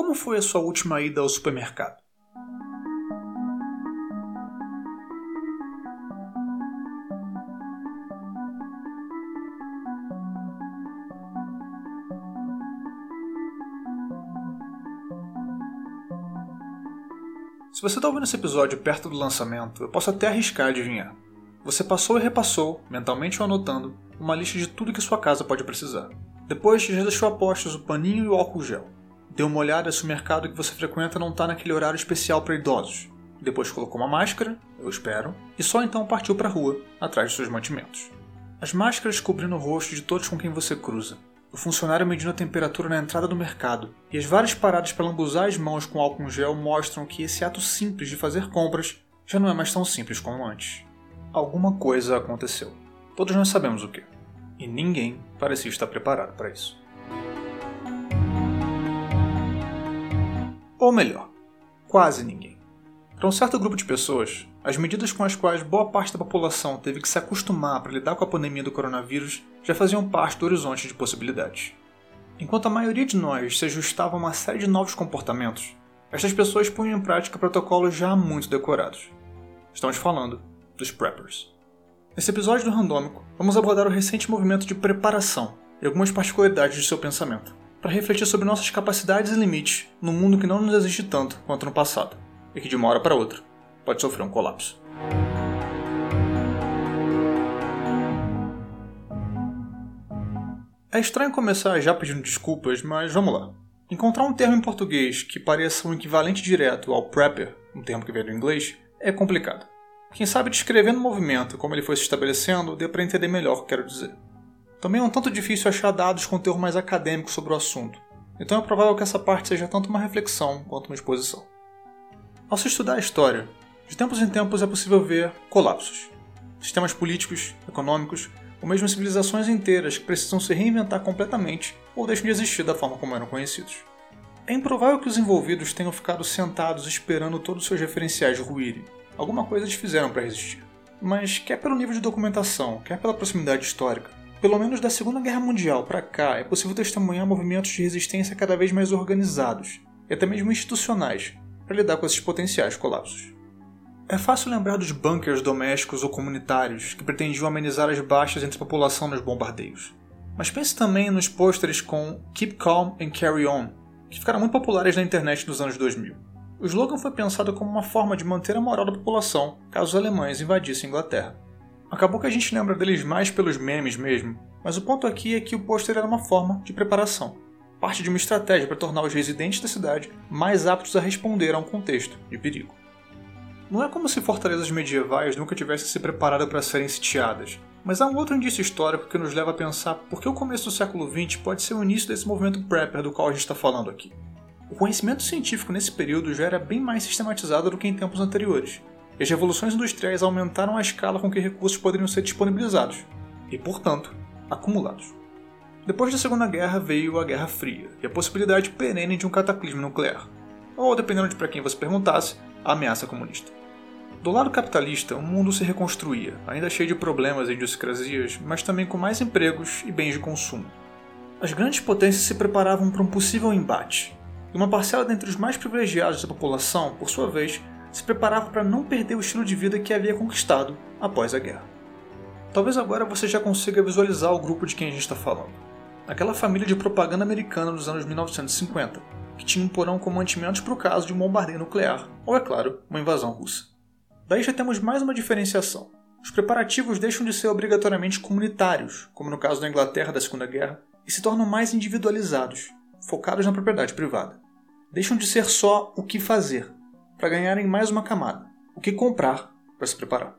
Como foi a sua última ida ao supermercado? Se você está ouvindo esse episódio perto do lançamento, eu posso até arriscar adivinhar. Você passou e repassou, mentalmente ou anotando, uma lista de tudo que sua casa pode precisar. Depois já deixou a postos o paninho e o álcool gel. Deu uma olhada se o mercado que você frequenta não está naquele horário especial para idosos. Depois colocou uma máscara, eu espero, e só então partiu para a rua, atrás de seus mantimentos. As máscaras cobrindo o rosto de todos com quem você cruza. O funcionário medindo a temperatura na entrada do mercado, e as várias paradas para lambuzar as mãos com álcool gel mostram que esse ato simples de fazer compras já não é mais tão simples como antes. Alguma coisa aconteceu. Todos nós sabemos o que. E ninguém parecia estar preparado para isso. Ou melhor, quase ninguém. Para um certo grupo de pessoas, as medidas com as quais boa parte da população teve que se acostumar para lidar com a pandemia do coronavírus já faziam parte do horizonte de possibilidades. Enquanto a maioria de nós se ajustava a uma série de novos comportamentos, estas pessoas punham em prática protocolos já muito decorados. Estamos falando dos preppers. Nesse episódio do Randômico, vamos abordar o recente movimento de preparação e algumas particularidades de seu pensamento, para refletir sobre nossas capacidades e limites num mundo que não nos exige tanto quanto no passado, e que de uma hora para outra pode sofrer um colapso. É estranho começar já pedindo desculpas, mas vamos lá. Encontrar um termo em português que pareça um equivalente direto ao prepper, um termo que vem do inglês, é complicado. Quem sabe descrevendo o movimento e como ele foi se estabelecendo, dê para entender melhor o que quero dizer. Também é um tanto difícil achar dados com teor mais acadêmico sobre o assunto, então é provável que essa parte seja tanto uma reflexão quanto uma exposição. Ao se estudar a história, de tempos em tempos é possível ver colapsos. Sistemas políticos, econômicos, ou mesmo civilizações inteiras que precisam se reinventar completamente ou deixam de existir da forma como eram conhecidos. É improvável que os envolvidos tenham ficado sentados esperando todos os seus referenciais ruírem. Alguma coisa eles fizeram para resistir. Mas quer pelo nível de documentação, quer pela proximidade histórica, pelo menos da Segunda Guerra Mundial para cá é possível testemunhar movimentos de resistência cada vez mais organizados, e até mesmo institucionais, para lidar com esses potenciais colapsos. É fácil lembrar dos bunkers domésticos ou comunitários que pretendiam amenizar as baixas entre a população nos bombardeios. Mas pense também nos pôsteres com Keep Calm and Carry On, que ficaram muito populares na internet nos anos 2000. O slogan foi pensado como uma forma de manter a moral da população caso os alemães invadissem a Inglaterra. Acabou que a gente lembra deles mais pelos memes mesmo, mas o ponto aqui é que o pôster era uma forma de preparação, parte de uma estratégia para tornar os residentes da cidade mais aptos a responder a um contexto de perigo. Não é como se fortalezas medievais nunca tivessem se preparado para serem sitiadas, mas há um outro indício histórico que nos leva a pensar por que o começo do século XX pode ser o início desse movimento prepper do qual a gente está falando aqui. O conhecimento científico nesse período já era bem mais sistematizado do que em tempos anteriores, e as revoluções industriais aumentaram a escala com que recursos poderiam ser disponibilizados, e, portanto, acumulados. Depois da Segunda Guerra veio a Guerra Fria, e a possibilidade perene de um cataclismo nuclear, ou, dependendo de para quem você perguntasse, a ameaça comunista. Do lado capitalista, o mundo se reconstruía, ainda cheio de problemas e idiosincrasias, mas também com mais empregos e bens de consumo. As grandes potências se preparavam para um possível embate, e uma parcela dentre os mais privilegiados da população, por sua vez, se preparava para não perder o estilo de vida que havia conquistado após a guerra. Talvez agora você já consiga visualizar o grupo de quem a gente está falando. Aquela família de propaganda americana dos anos 1950, que tinha um porão com mantimentos para o caso de um bombardeio nuclear, ou, é claro, uma invasão russa. Daí já temos mais uma diferenciação. Os preparativos deixam de ser obrigatoriamente comunitários, como no caso da Inglaterra da Segunda Guerra, e se tornam mais individualizados, focados na propriedade privada. Deixam de ser só o que fazer, para ganharem mais uma camada, o que comprar para se preparar.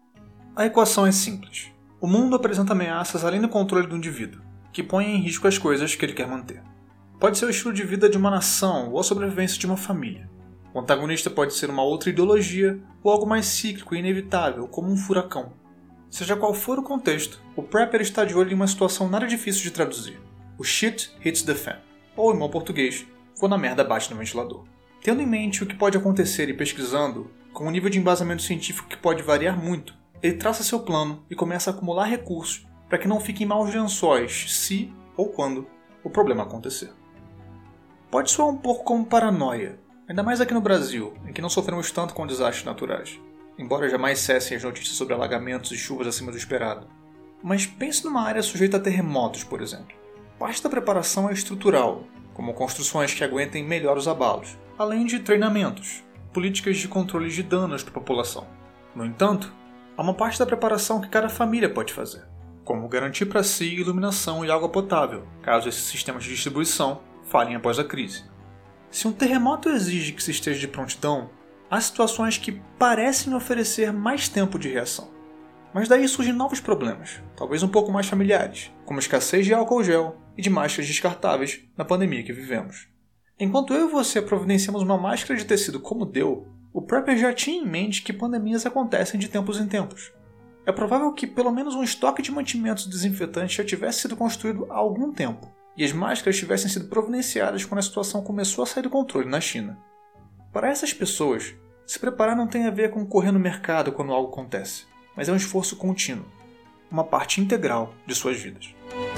A equação é simples. O mundo apresenta ameaças além do controle do indivíduo, que põem em risco as coisas que ele quer manter. Pode ser o estilo de vida de uma nação ou a sobrevivência de uma família. O antagonista pode ser uma outra ideologia ou algo mais cíclico e inevitável, como um furacão. Seja qual for o contexto, o prepper está de olho em uma situação nada difícil de traduzir. O shit hits the fan, ou em bom português, quando a merda bate no ventilador. Tendo em mente o que pode acontecer e pesquisando, com um nível de embasamento científico que pode variar muito, ele traça seu plano e começa a acumular recursos para que não fiquem maus lençóis se ou quando o problema acontecer. pode soar um pouco como paranoia, ainda mais aqui no Brasil, em que não sofremos tanto com desastres naturais, embora jamais cessem as notícias sobre alagamentos e chuvas acima do esperado. Mas pense numa área sujeita a terremotos, por exemplo. Parte da preparação é estrutural, como construções que aguentem melhor os abalos, além de treinamentos, políticas de controle de danos para a população. No entanto, há uma parte da preparação que cada família pode fazer, como garantir para si iluminação e água potável, caso esses sistemas de distribuição falhem após a crise. Se um terremoto exige que se esteja de prontidão, há situações que parecem oferecer mais tempo de reação. Mas daí surgem novos problemas, talvez um pouco mais familiares, como escassez de álcool gel e de máscaras descartáveis na pandemia que vivemos. Enquanto eu e você providenciamos uma máscara de tecido como deu, o Prepper já tinha em mente que pandemias acontecem de tempos em tempos. É provável que pelo menos um estoque de mantimentos desinfetantes já tivesse sido construído há algum tempo, e as máscaras tivessem sido providenciadas quando a situação começou a sair do controle na China. Para essas pessoas, se preparar não tem a ver com correr no mercado quando algo acontece, mas é um esforço contínuo, uma parte integral de suas vidas.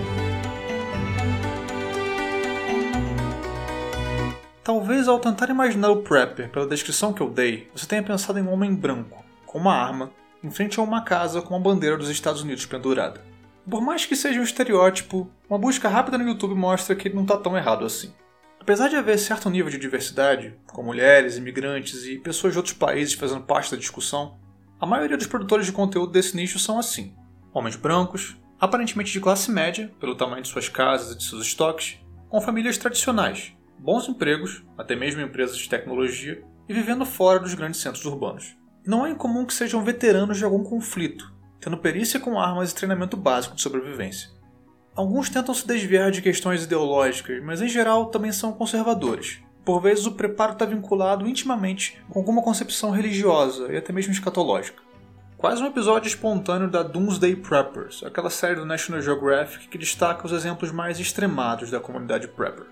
Talvez ao tentar imaginar o Prepper pela descrição que eu dei, você tenha pensado em um homem branco, com uma arma, em frente a uma casa com a bandeira dos Estados Unidos pendurada. Por mais que seja um estereótipo, uma busca rápida no YouTube mostra que ele não está tão errado assim. Apesar de haver certo nível de diversidade, com mulheres, imigrantes e pessoas de outros países fazendo parte da discussão, a maioria dos produtores de conteúdo desse nicho são assim. Homens brancos, aparentemente de classe média, pelo tamanho de suas casas e de seus estoques, com famílias tradicionais, bons empregos, até mesmo empresas de tecnologia, e vivendo fora dos grandes centros urbanos. Não é incomum que sejam veteranos de algum conflito, tendo perícia com armas e treinamento básico de sobrevivência. Alguns tentam se desviar de questões ideológicas, mas em geral também são conservadores. Por vezes o preparo está vinculado intimamente com alguma concepção religiosa e até mesmo escatológica. Quase um episódio espontâneo da Doomsday Preppers, aquela série do National Geographic que destaca os exemplos mais extremados da comunidade prepper.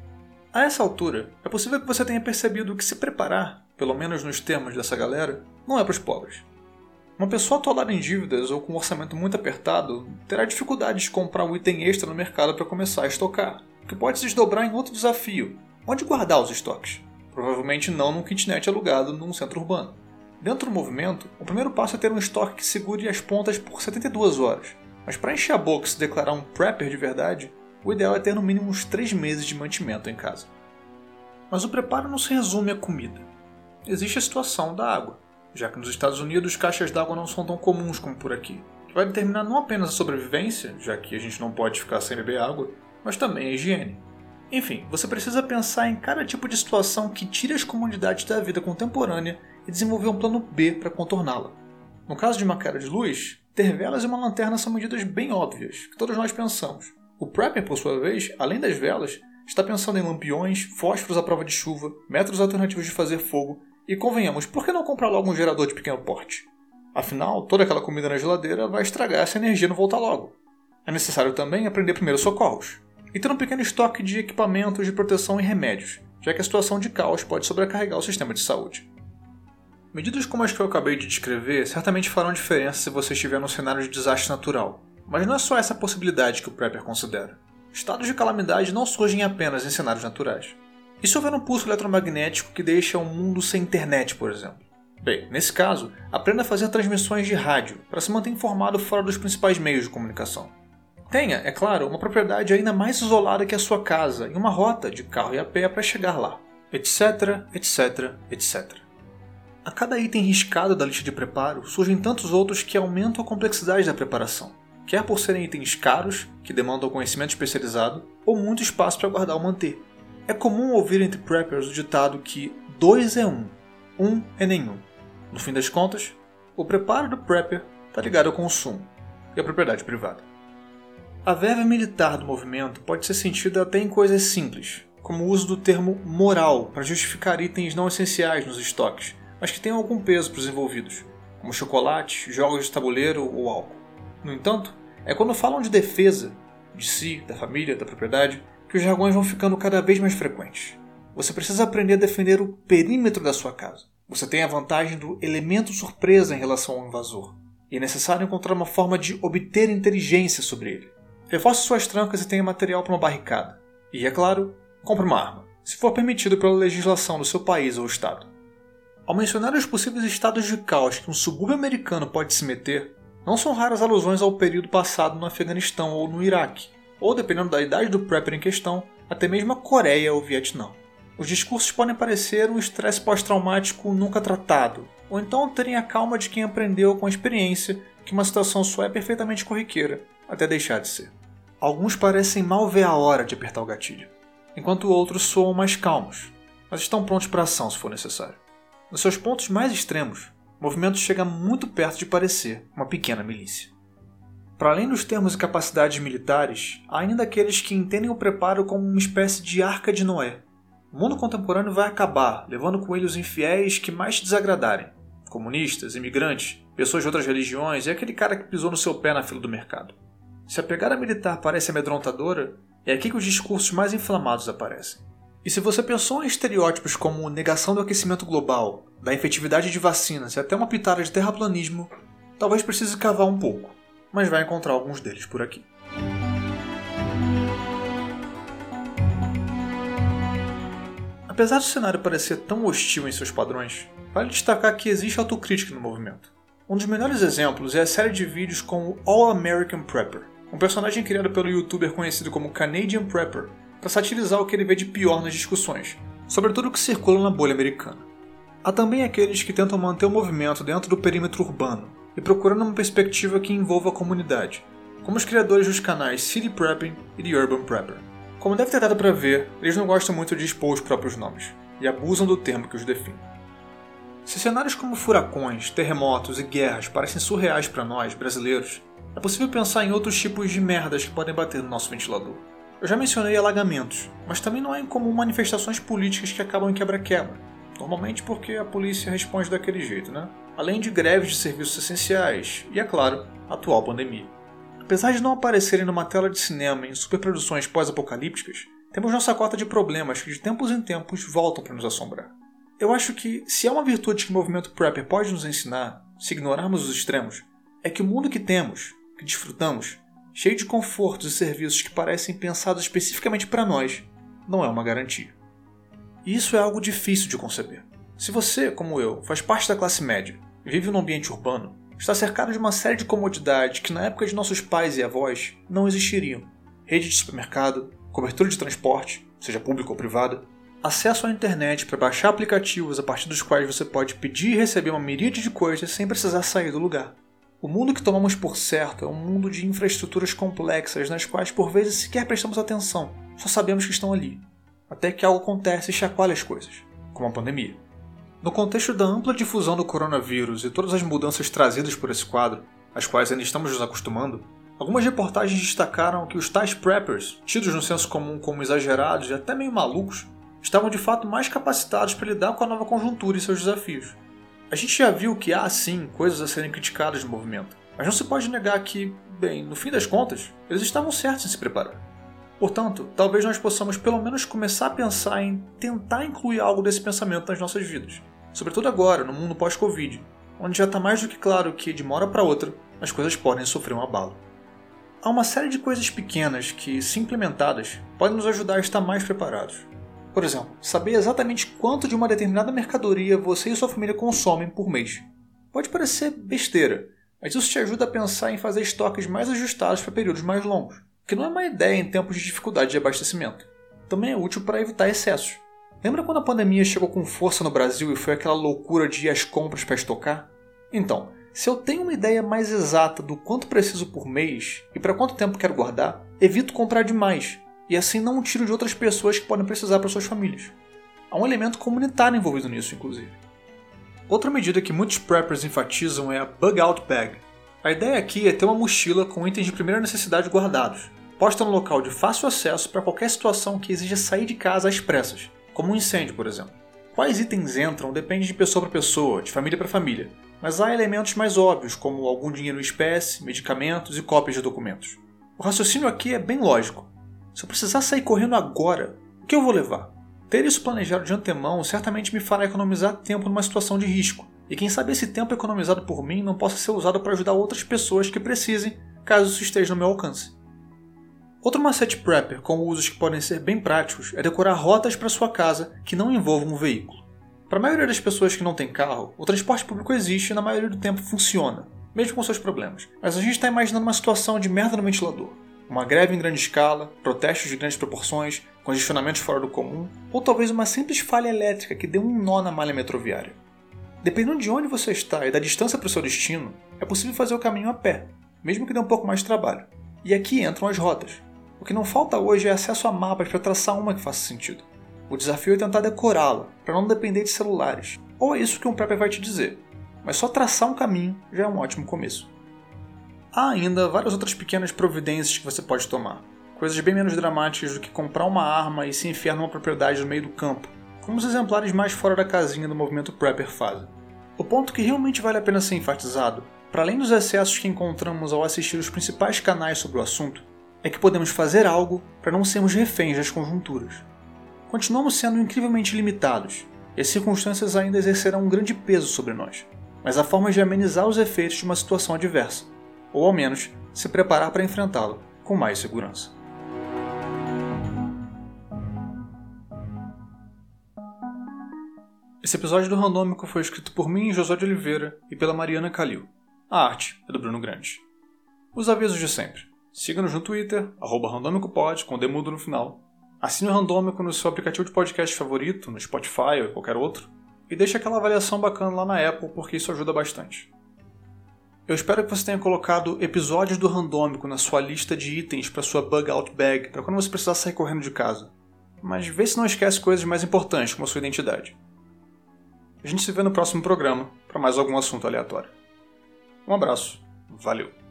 A essa altura, é possível que você tenha percebido que se preparar, pelo menos nos termos dessa galera, não é para os pobres. Uma pessoa atolada em dívidas ou com um orçamento muito apertado terá dificuldade de comprar um item extra no mercado para começar a estocar, o que pode se desdobrar em outro desafio: onde guardar os estoques? Provavelmente não num kitnet alugado num centro urbano. Dentro do movimento, o primeiro passo é ter um estoque que segure as pontas por 72 horas, mas para encher a boca e se declarar um prepper de verdade, o ideal é ter no mínimo uns 3 meses de mantimento em casa. Mas o preparo não se resume à comida. Existe a situação da água, já que nos Estados Unidos caixas d'água não são tão comuns como por aqui, que vai determinar não apenas a sobrevivência, já que a gente não pode ficar sem beber água, mas também a higiene. Enfim, você precisa pensar em cada tipo de situação que tire as comunidades da vida contemporânea e desenvolver um plano B para contorná-la. No caso de uma queda de luz, ter velas e uma lanterna são medidas bem óbvias, que todos nós pensamos. O prepper, por sua vez, além das velas, está pensando em lampiões, fósforos à prova de chuva, métodos alternativos de fazer fogo e, convenhamos, por que não comprar logo um gerador de pequeno porte? Afinal, toda aquela comida na geladeira vai estragar se a energia não voltar logo. É necessário também aprender primeiros socorros e ter um pequeno estoque de equipamentos de proteção e remédios, já que a situação de caos pode sobrecarregar o sistema de saúde. Medidas como as que eu acabei de descrever certamente farão diferença se você estiver num cenário de desastre natural, mas não é só essa possibilidade que o prepper considera. Estados de calamidade não surgem apenas em cenários naturais. E se houver um pulso eletromagnético que deixa o mundo sem internet, por exemplo? Bem, nesse caso, aprenda a fazer transmissões de rádio para se manter informado fora dos principais meios de comunicação. Tenha, é claro, uma propriedade ainda mais isolada que a sua casa e uma rota de carro e a pé para chegar lá, etc, etc, etc. A cada item riscado da lista de preparo surgem tantos outros que aumentam a complexidade da preparação, quer por serem itens caros, que demandam conhecimento especializado, ou muito espaço para guardar ou manter. É comum ouvir entre preppers o ditado que 2 é 1, 1 é nenhum. No fim das contas, o preparo do prepper está ligado ao consumo e à propriedade privada. A verve militar do movimento pode ser sentida até em coisas simples, como o uso do termo moral para justificar itens não essenciais nos estoques, mas que tenham algum peso para os envolvidos, como chocolate, jogos de tabuleiro ou álcool. No entanto, é quando falam de defesa, de si, da família, da propriedade, que os jargões vão ficando cada vez mais frequentes. Você precisa aprender a defender o perímetro da sua casa. Você tem a vantagem do elemento surpresa em relação ao invasor, e é necessário encontrar uma forma de obter inteligência sobre ele. Reforce suas trancas e tenha material para uma barricada. E, é claro, compre uma arma. se for permitido pela legislação do seu país ou estado. Ao mencionar os possíveis estados de caos que um subúrbio americano pode se meter, não são raras alusões ao período passado no Afeganistão ou no Iraque, ou, dependendo da idade do prepper em questão, até mesmo a Coreia ou Vietnã. Os discursos podem parecer um estresse pós-traumático nunca tratado, ou então terem a calma de quem aprendeu com a experiência que uma situação só é perfeitamente corriqueira, até deixar de ser. Alguns parecem mal ver a hora de apertar o gatilho, enquanto outros soam mais calmos, mas estão prontos para ação se for necessário. Nos seus pontos mais extremos, o movimento chega muito perto de parecer uma pequena milícia. Para além dos termos e capacidades militares, há ainda aqueles que entendem o preparo como uma espécie de arca de Noé. O mundo contemporâneo vai acabar, levando com ele os infiéis que mais te desagradarem. Comunistas, imigrantes, pessoas de outras religiões e aquele cara que pisou no seu pé na fila do mercado. Se a pegada militar parece amedrontadora, é aqui que os discursos mais inflamados aparecem. E se você pensou em estereótipos como negação do aquecimento global, da efetividade de vacinas e até uma pitada de terraplanismo, talvez precise cavar um pouco, mas vai encontrar alguns deles por aqui. Apesar do cenário parecer tão hostil em seus padrões, vale destacar que existe autocrítica no movimento. Um dos melhores exemplos é a série de vídeos com o All American Prepper, um personagem criado pelo youtuber conhecido como Canadian Prepper, para satirizar o que ele vê de pior nas discussões, sobretudo o que circula na bolha americana. Há também aqueles que tentam manter o movimento dentro do perímetro urbano e procurando uma perspectiva que envolva a comunidade, como os criadores dos canais City Prepping e The Urban Prepper. Como deve ter dado para ver, eles não gostam muito de expor os próprios nomes, e abusam do termo que os define. Se cenários como furacões, terremotos e guerras parecem surreais para nós, brasileiros, é possível pensar em outros tipos de merdas que podem bater no nosso ventilador. Eu já mencionei alagamentos, mas também não é incomum manifestações políticas que acabam em quebra-quebra, normalmente porque a polícia responde daquele jeito, né? Além de greves de serviços essenciais e, é claro, a atual pandemia. Apesar de não aparecerem numa tela de cinema em superproduções pós-apocalípticas, temos nossa cota de problemas que de tempos em tempos voltam para nos assombrar. Eu acho que, se há uma virtude que o movimento Prepper pode nos ensinar, se ignorarmos os extremos, é que o mundo que temos, que desfrutamos, cheio de confortos e serviços que parecem pensados especificamente para nós, não é uma garantia. E isso é algo difícil de conceber. Se você, como eu, faz parte da classe média e vive num ambiente urbano, está cercado de uma série de comodidades que na época de nossos pais e avós não existiriam. Rede de supermercado, cobertura de transporte, seja pública ou privada, acesso à internet para baixar aplicativos a partir dos quais você pode pedir e receber uma miríade de coisas sem precisar sair do lugar. O mundo que tomamos por certo é um mundo de infraestruturas complexas nas quais por vezes sequer prestamos atenção, só sabemos que estão ali, até que algo acontece e chacoalha as coisas, como a pandemia. No contexto da ampla difusão do coronavírus e todas as mudanças trazidas por esse quadro, às quais ainda estamos nos acostumando, algumas reportagens destacaram que os tais preppers, tidos no senso comum como exagerados e até meio malucos, estavam de fato mais capacitados para lidar com a nova conjuntura e seus desafios. A gente já viu que há, sim, coisas a serem criticadas no movimento, mas não se pode negar que, bem, no fim das contas, eles estavam certos em se preparar. Portanto, talvez nós possamos pelo menos começar a pensar em tentar incluir algo desse pensamento nas nossas vidas, sobretudo agora, no mundo pós-Covid, onde já está mais do que claro que, de uma hora para outra, as coisas podem sofrer um abalo. Há uma série de coisas pequenas que, se implementadas, podem nos ajudar a estar mais preparados. Por exemplo, saber exatamente quanto de uma determinada mercadoria você e sua família consomem por mês. Pode parecer besteira, mas isso te ajuda a pensar em fazer estoques mais ajustados para períodos mais longos, que não é uma ideia em tempos de dificuldade de abastecimento. Também é útil para evitar excessos. Lembra quando a pandemia chegou com força no Brasil e foi aquela loucura de ir às compras para estocar? Então, se eu tenho uma ideia mais exata do quanto preciso por mês e para quanto tempo quero guardar, evito comprar demais, e assim não tiro de outras pessoas que podem precisar para suas famílias. Há um elemento comunitário envolvido nisso, inclusive. Outra medida que muitos preppers enfatizam é a Bug Out Bag. A ideia aqui é ter uma mochila com itens de primeira necessidade guardados, posta no local de fácil acesso para qualquer situação que exija sair de casa às pressas, como um incêndio, por exemplo. Quais itens entram depende de pessoa para pessoa, de família para família, mas há elementos mais óbvios, como algum dinheiro em espécie, medicamentos e cópias de documentos. O raciocínio aqui é bem lógico. Se eu precisar sair correndo agora, o que eu vou levar? Ter isso planejado de antemão certamente me fará economizar tempo numa situação de risco, e quem sabe esse tempo economizado por mim não possa ser usado para ajudar outras pessoas que precisem, caso isso esteja no meu alcance. Outro macete prepper com usos que podem ser bem práticos é decorar rotas para sua casa que não envolvam um veículo. Para a maioria das pessoas que não tem carro, o transporte público existe e na maioria do tempo funciona, mesmo com seus problemas. Mas a gente está imaginando uma situação de merda no ventilador. Uma greve em grande escala, protestos de grandes proporções, congestionamentos fora do comum, ou talvez uma simples falha elétrica que deu um nó na malha metroviária. Dependendo de onde você está e da distância para o seu destino, é possível fazer o caminho a pé, mesmo que dê um pouco mais de trabalho. E aqui entram as rotas. O que não falta hoje é acesso a mapas para traçar uma que faça sentido. O desafio é tentar decorá-la, para não depender de celulares. Ou é isso que um prepper vai te dizer. Mas só traçar um caminho já é um ótimo começo. Há ainda várias outras pequenas providências que você pode tomar. Coisas bem menos dramáticas do que comprar uma arma e se enfiar numa propriedade no meio do campo, como os exemplares mais fora da casinha do movimento prepper fazem. O ponto que realmente vale a pena ser enfatizado, para além dos excessos que encontramos ao assistir os principais canais sobre o assunto, é que podemos fazer algo para não sermos reféns das conjunturas. Continuamos sendo incrivelmente limitados, e as circunstâncias ainda exercerão um grande peso sobre nós, mas há formas de amenizar os efeitos de uma situação adversa, ou ao menos se preparar para enfrentá-la com mais segurança. Esse episódio do Randômico foi escrito por mim, Josué de Oliveira, e pela Mariana Calil. A arte é do Bruno Grande. Os avisos de sempre. Siga-nos no Twitter, @randômicopod, com demudo no final. Assine o Randômico no seu aplicativo de podcast favorito, no Spotify ou qualquer outro. E deixe aquela avaliação bacana lá na Apple, porque isso ajuda bastante. Eu espero que você tenha colocado episódios do Randômico na sua lista de itens para sua bug out bag, para quando você precisar sair correndo de casa. Mas vê se não esquece coisas mais importantes, como a sua identidade. A gente se vê no próximo programa, para mais algum assunto aleatório. Um abraço. Valeu.